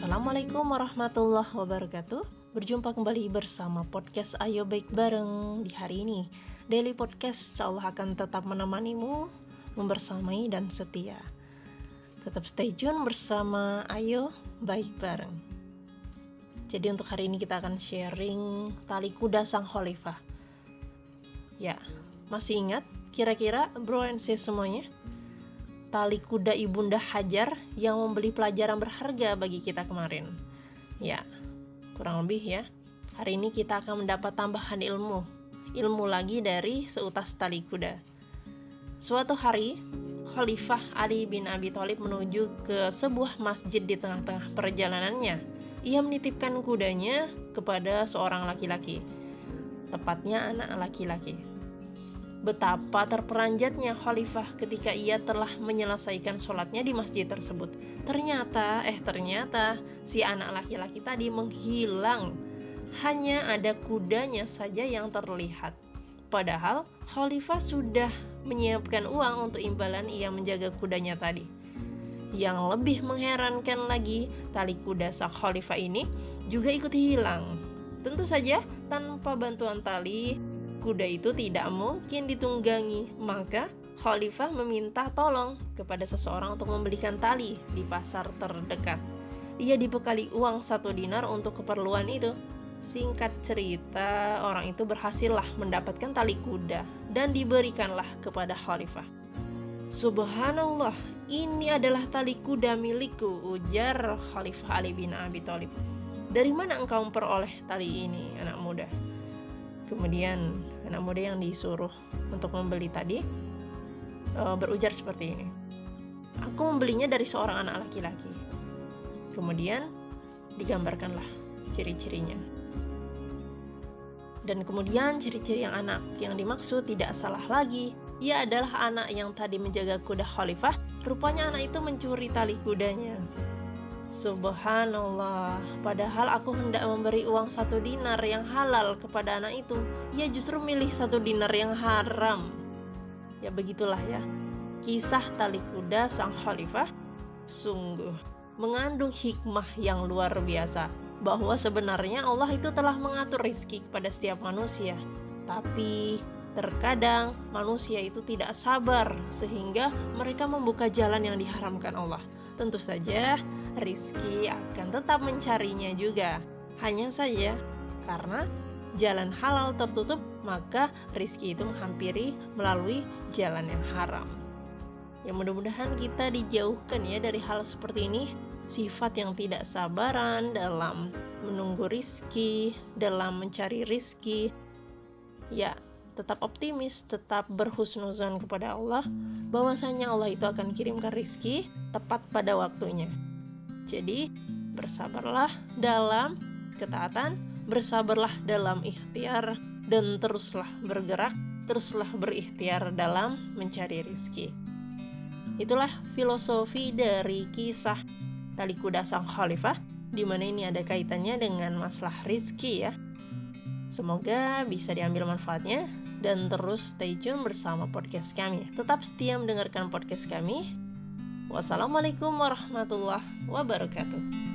Assalamualaikum warahmatullahi wabarakatuh. Berjumpa kembali bersama podcast Ayo Baik Bareng di hari ini. Daily podcast insyaallah akan tetap menemanimu, membersamai dan setia. Tetap stay tune bersama Ayo Baik Bareng. Jadi untuk hari ini kita akan sharing tali kuda sang khalifah. Ya, masih ingat kira-kira bro and sis semuanya? Tali kuda Ibunda Hajar yang memberi pelajaran berharga bagi kita kemarin. Ya, kurang lebih ya. Hari ini kita akan mendapat tambahan ilmu lagi dari seutas tali kuda. Suatu hari, Khalifah Ali bin Abi Thalib menuju ke sebuah masjid di tengah-tengah perjalanannya. Ia menitipkan kudanya kepada seorang laki-laki, tepatnya anak laki-laki. Betapa terperanjatnya Khalifah ketika ia telah menyelesaikan sholatnya di masjid tersebut. Ternyata si anak laki-laki tadi menghilang. Hanya ada kudanya saja yang terlihat. Padahal Khalifah sudah menyiapkan uang untuk imbalan ia menjaga kudanya tadi. Yang lebih mengherankan lagi, tali kuda sang Khalifah ini juga ikut hilang. Tentu saja tanpa bantuan tali, kuda itu tidak mungkin ditunggangi. Maka Khalifah meminta tolong kepada seseorang untuk membelikan tali di pasar terdekat. Ia dibekali uang 1 dinar untuk keperluan itu. Singkat cerita, orang itu berhasillah mendapatkan tali kuda dan diberikanlah kepada Khalifah. Subhanallah, ini adalah tali kuda milikku, ujar Khalifah Ali bin Abi Thalib. Dari mana engkau memperoleh tali ini, anak muda? Kemudian anak muda yang disuruh untuk membeli tadi berujar seperti ini. Aku membelinya dari seorang anak laki-laki. Kemudian digambarkanlah ciri-cirinya. Dan kemudian ciri-ciri anak yang dimaksud tidak salah lagi. Ia adalah anak yang tadi menjaga kuda Khalifah. Rupanya anak itu mencuri tali kudanya. Subhanallah, padahal aku hendak memberi uang 1 dinar yang halal kepada anak itu. Ia justru milih 1 dinar yang haram. Ya begitulah ya, kisah tali kuda sang khalifah sungguh mengandung hikmah yang luar biasa. Bahwa sebenarnya Allah itu telah mengatur rezeki kepada setiap manusia. Tapi terkadang manusia itu tidak sabar sehingga mereka membuka jalan yang diharamkan Allah. Tentu saja rizki akan tetap mencarinya juga. Hanya saja karena jalan halal tertutup, maka rizki itu menghampiri melalui jalan yang haram. Ya mudah-mudahan kita dijauhkan ya dari hal seperti ini. Sifat yang tidak sabaran dalam menunggu rizki, dalam mencari rizki. Ya, tetap optimis, tetap berhusnuzon kepada Allah, bahwasanya Allah itu akan kirimkan rizki tepat pada waktunya. Jadi, bersabarlah dalam ketaatan, bersabarlah dalam ikhtiar, dan teruslah bergerak, teruslah berikhtiar dalam mencari rizki. Itulah filosofi dari kisah tali kuda sang khalifah, di mana ini ada kaitannya dengan masalah rizki ya. Semoga bisa diambil manfaatnya dan terus stay tune bersama podcast kami. Tetap setia mendengarkan podcast kami. Wassalamualaikum warahmatullahi wabarakatuh.